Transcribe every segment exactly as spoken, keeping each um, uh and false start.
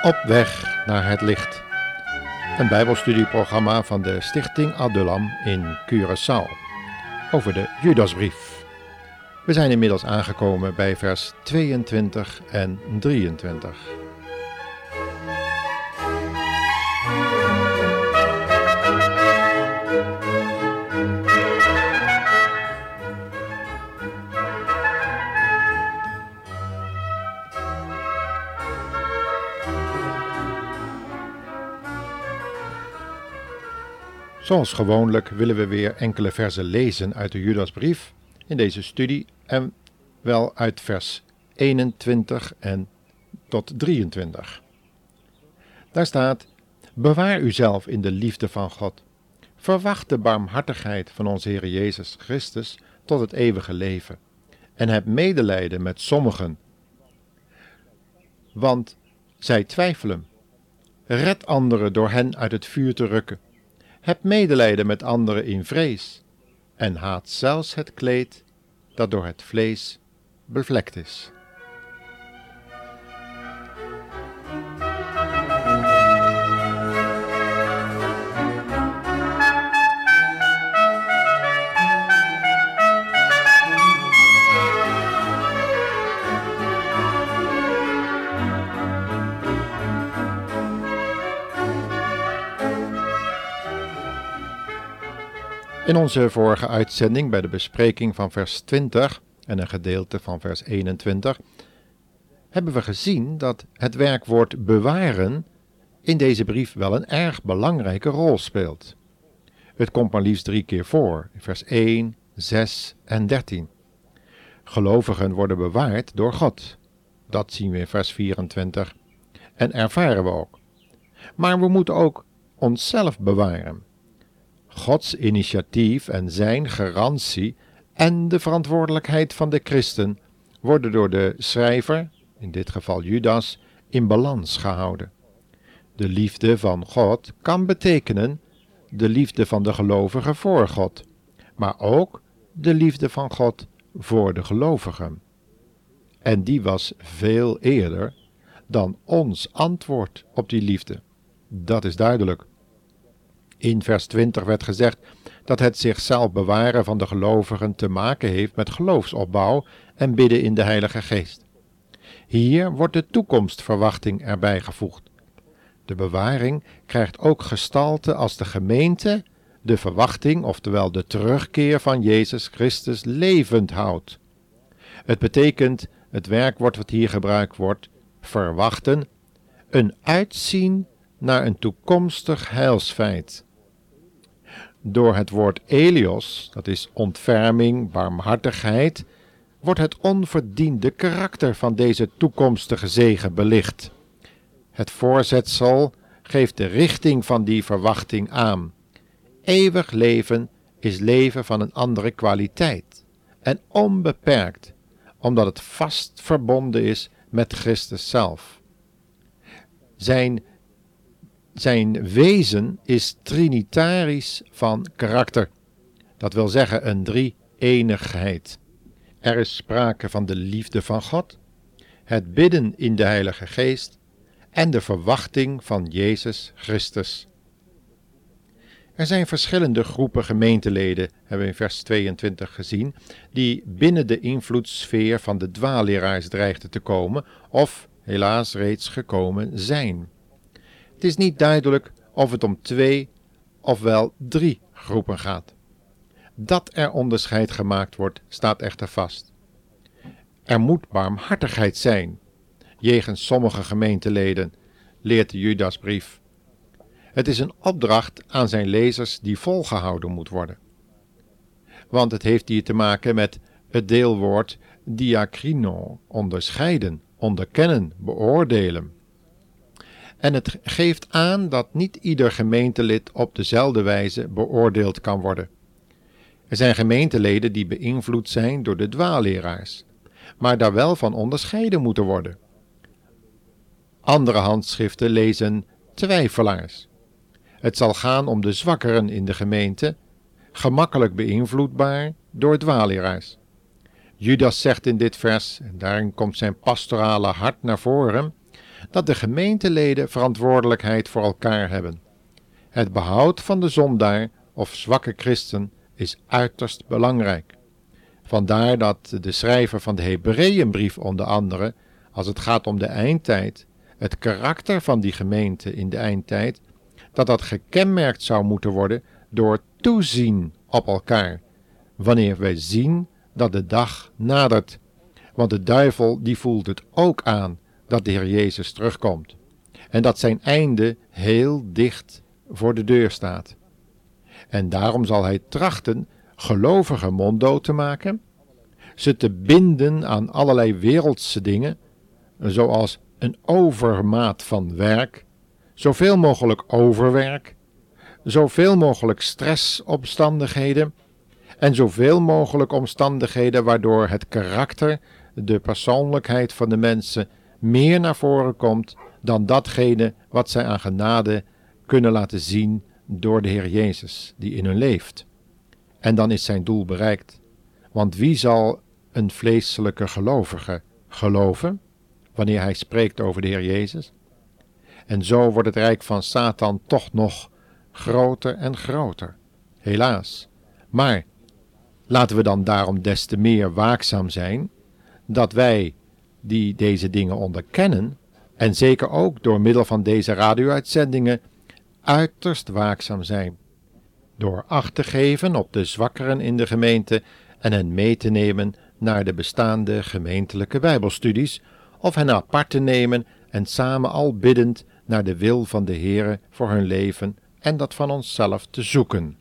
Op weg naar het licht. Een bijbelstudieprogramma van de Stichting Adullam in Curaçao. Over de Judasbrief. We zijn inmiddels aangekomen bij vers tweeëntwintig en drieëntwintig. Zoals gewoonlijk willen we weer enkele versen lezen uit de Judasbrief in deze studie en wel uit vers eenentwintig en tot drieëntwintig. Daar staat: bewaar uzelf in de liefde van God. Verwacht de barmhartigheid van onze Heer Jezus Christus tot het eeuwige leven. En heb medelijden met sommigen, want zij twijfelen. Red anderen door hen uit het vuur te rukken. Heb medelijden met anderen in vrees, en haat zelfs het kleed dat door het vlees bevlekt is. In onze vorige uitzending bij de bespreking van vers twintig en een gedeelte van vers eenentwintig hebben we gezien dat het werkwoord bewaren in deze brief wel een erg belangrijke rol speelt. Het komt maar liefst drie keer voor, in vers één, zes en dertien. Gelovigen worden bewaard door God. Dat zien we in vers vierentwintig en ervaren we ook. Maar we moeten ook onszelf bewaren. Gods initiatief en zijn garantie en de verantwoordelijkheid van de christen worden door de schrijver, in dit geval Judas, in balans gehouden. De liefde van God kan betekenen de liefde van de gelovige voor God, maar ook de liefde van God voor de gelovigen. En die was veel eerder dan ons antwoord op die liefde. Dat is duidelijk. In vers twintig werd gezegd dat het zichzelf bewaren van de gelovigen te maken heeft met geloofsopbouw en bidden in de Heilige Geest. Hier wordt de toekomstverwachting erbij gevoegd. De bewaring krijgt ook gestalte als de gemeente de verwachting, oftewel de terugkeer van Jezus Christus levend houdt. Het betekent, het werkwoord wat hier gebruikt wordt, verwachten, een uitzien naar een toekomstig heilsfeit. Door het woord elios, dat is ontferming, barmhartigheid, wordt het onverdiende karakter van deze toekomstige zegen belicht. Het voorzetsel geeft de richting van die verwachting aan. Eeuwig leven is leven van een andere kwaliteit en onbeperkt, omdat het vast verbonden is met Christus zelf. Zijn Zijn wezen is trinitarisch van karakter, dat wil zeggen een drie-eenigheid. Er is sprake van de liefde van God, het bidden in de Heilige Geest en de verwachting van Jezus Christus. Er zijn verschillende groepen gemeenteleden, hebben we in vers tweeëntwintig gezien, die binnen de invloedssfeer van de dwaalleraars dreigden te komen of helaas reeds gekomen zijn. Het is niet duidelijk of het om twee of wel drie groepen gaat. Dat er onderscheid gemaakt wordt, staat echter vast. Er moet barmhartigheid zijn, jegens sommige gemeenteleden, leert de Judasbrief. Het is een opdracht aan zijn lezers die volgehouden moet worden. Want het heeft hier te maken met het deelwoord diakrino, onderscheiden, onderkennen, beoordelen. En het geeft aan dat niet ieder gemeentelid op dezelfde wijze beoordeeld kan worden. Er zijn gemeenteleden die beïnvloed zijn door de dwaalleraars, maar daar wel van onderscheiden moeten worden. Andere handschriften lezen twijfelaars. Het zal gaan om de zwakkeren in de gemeente, gemakkelijk beïnvloedbaar door dwaalleraars. Judas zegt in dit vers, en daarin komt zijn pastorale hart naar voren, dat de gemeenteleden verantwoordelijkheid voor elkaar hebben. Het behoud van de zondaar of zwakke christen is uiterst belangrijk. Vandaar dat de schrijver van de Hebreeënbrief onder andere, als het gaat om de eindtijd, het karakter van die gemeente in de eindtijd, dat dat gekenmerkt zou moeten worden door toezien op elkaar, wanneer wij zien dat de dag nadert. Want de duivel die voelt het ook aan dat de Heer Jezus terugkomt en dat zijn einde heel dicht voor de deur staat. En daarom zal hij trachten gelovigen monddood te maken, ze te binden aan allerlei wereldse dingen, zoals een overmaat van werk, zoveel mogelijk overwerk, zoveel mogelijk stressomstandigheden en zoveel mogelijk omstandigheden waardoor het karakter, de persoonlijkheid van de mensen meer naar voren komt dan datgene wat zij aan genade kunnen laten zien door de Heer Jezus die in hun leeft. En dan is zijn doel bereikt. Want wie zal een vleeselijke gelovige geloven wanneer hij spreekt over de Heer Jezus? En zo wordt het rijk van Satan toch nog groter en groter, helaas. Maar laten we dan daarom des te meer waakzaam zijn, dat wij die deze dingen onderkennen, en zeker ook door middel van deze radio-uitzendingen, uiterst waakzaam zijn, door acht te geven op de zwakkeren in de gemeente en hen mee te nemen naar de bestaande gemeentelijke bijbelstudies, of hen apart te nemen en samen al biddend naar de wil van de Heere voor hun leven en dat van onszelf te zoeken.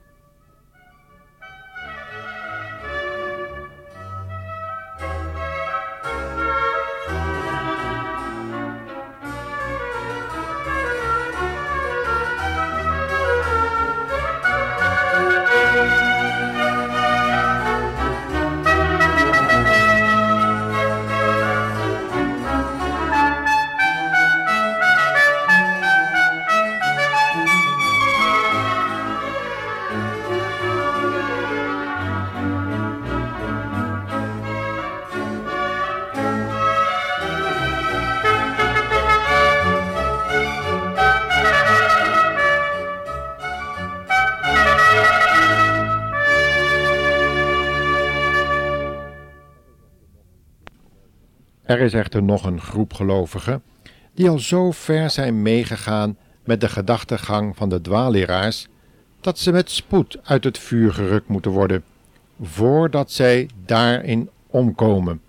Er is echter nog een groep gelovigen die al zo ver zijn meegegaan met de gedachtegang van de dwaalleraars, dat ze met spoed uit het vuur gerukt moeten worden, voordat zij daarin omkomen.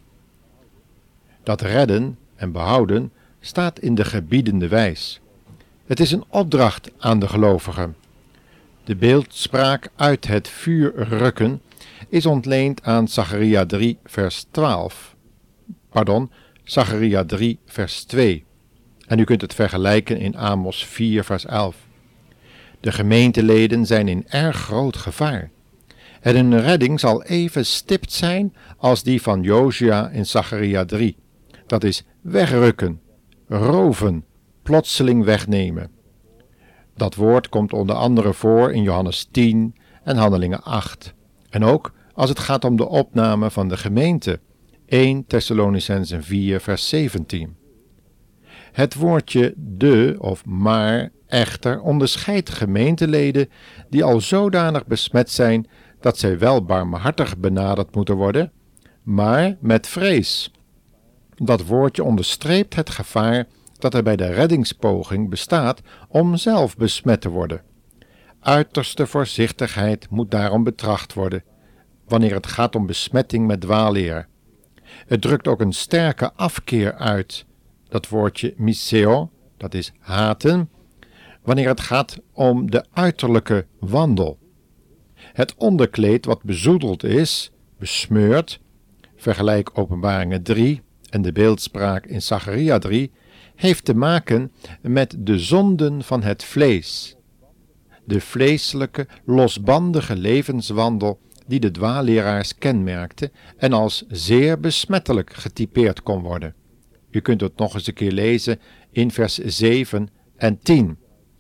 Dat redden en behouden staat in de gebiedende wijs. Het is een opdracht aan de gelovigen. De beeldspraak uit het vuur rukken is ontleend aan Zacharia drie vers twaalf. Pardon, Zacharia drie vers twee. En u kunt het vergelijken in Amos vier vers elf. De gemeenteleden zijn in erg groot gevaar. En hun redding zal even stipt zijn als die van Josia in Zacharia drie. Dat is wegrukken, roven, plotseling wegnemen. Dat woord komt onder andere voor in Johannes tien en Handelingen acht. En ook als het gaat om de opname van de gemeente, eerste Thessalonicenzen vier vers zeventien. Het woordje de of maar echter onderscheidt gemeenteleden die al zodanig besmet zijn dat zij wel barmhartig benaderd moeten worden, maar met vrees. Dat woordje onderstreept het gevaar dat er bij de reddingspoging bestaat om zelf besmet te worden. Uiterste voorzichtigheid moet daarom betracht worden, wanneer het gaat om besmetting met dwaalleer. Het drukt ook een sterke afkeer uit, dat woordje miseo, dat is haten, wanneer het gaat om de uiterlijke wandel. Het onderkleed wat bezoedeld is, besmeurd, vergelijk Openbaringen drie en de beeldspraak in Zacharia drie, heeft te maken met de zonden van het vlees. De vleeselijke, losbandige levenswandel die de dwaalleraars kenmerkte en als zeer besmettelijk getypeerd kon worden. U kunt het nog eens een keer lezen in vers zeven en tien.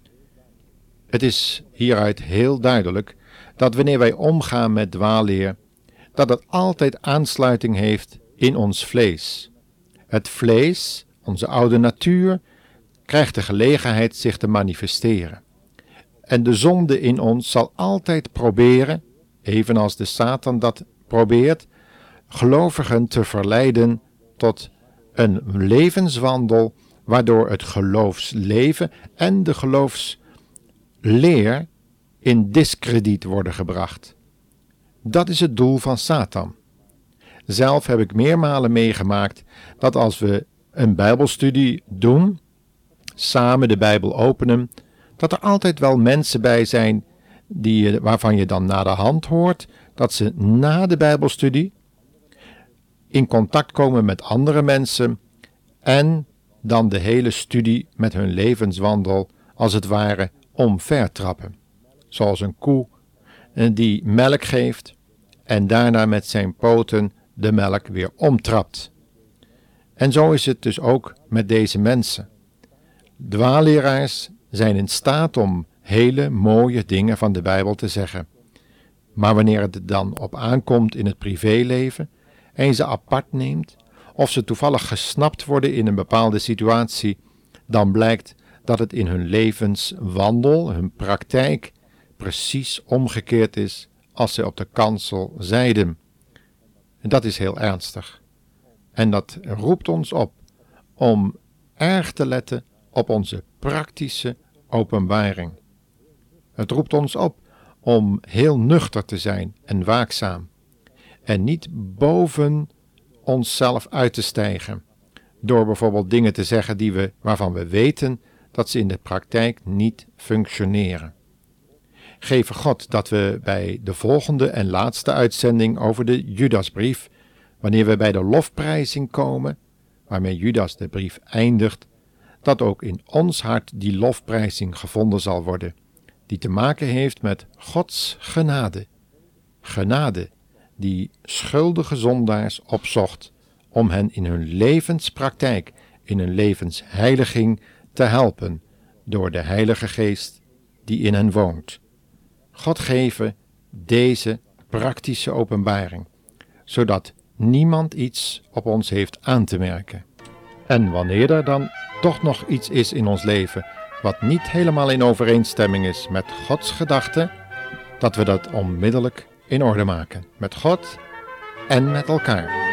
Het is hieruit heel duidelijk dat wanneer wij omgaan met dwaalleer, dat het altijd aansluiting heeft in ons vlees. Het vlees onze oude natuur, krijgt de gelegenheid zich te manifesteren. En de zonde in ons zal altijd proberen, evenals de Satan dat probeert, gelovigen te verleiden tot een levenswandel waardoor het geloofsleven en de geloofsleer in diskrediet worden gebracht. Dat is het doel van Satan. Zelf heb ik meermalen meegemaakt dat als we een Bijbelstudie doen, samen de Bijbel openen, dat er altijd wel mensen bij zijn die, waarvan je dan na de hand hoort dat ze na de Bijbelstudie in contact komen met andere mensen en dan de hele studie met hun levenswandel als het ware omvertrappen. Zoals een koe die melk geeft en daarna met zijn poten de melk weer omtrapt. En zo is het dus ook met deze mensen. Dwaalleraars zijn in staat om hele mooie dingen van de Bijbel te zeggen. Maar wanneer het dan op aankomt in het privéleven en je ze apart neemt, of ze toevallig gesnapt worden in een bepaalde situatie, dan blijkt dat het in hun levenswandel, hun praktijk, precies omgekeerd is als ze op de kansel zeiden. En dat is heel ernstig. En dat roept ons op om erg te letten op onze praktische openbaring. Het roept ons op om heel nuchter te zijn en waakzaam en niet boven onszelf uit te stijgen door bijvoorbeeld dingen te zeggen die we, waarvan we weten dat ze in de praktijk niet functioneren. Geve God dat we bij de volgende en laatste uitzending over de Judasbrief, wanneer we bij de lofprijzing komen, waarmee Judas de brief eindigt, dat ook in ons hart die lofprijzing gevonden zal worden, die te maken heeft met Gods genade. Genade die schuldige zondaars opzocht om hen in hun levenspraktijk, in hun levensheiliging te helpen door de Heilige Geest die in hen woont. God geven deze praktische openbaring, zodat niemand iets op ons heeft aan te merken. En wanneer er dan toch nog iets is in ons leven wat niet helemaal in overeenstemming is met Gods gedachten, dat we dat onmiddellijk in orde maken, met God en met elkaar.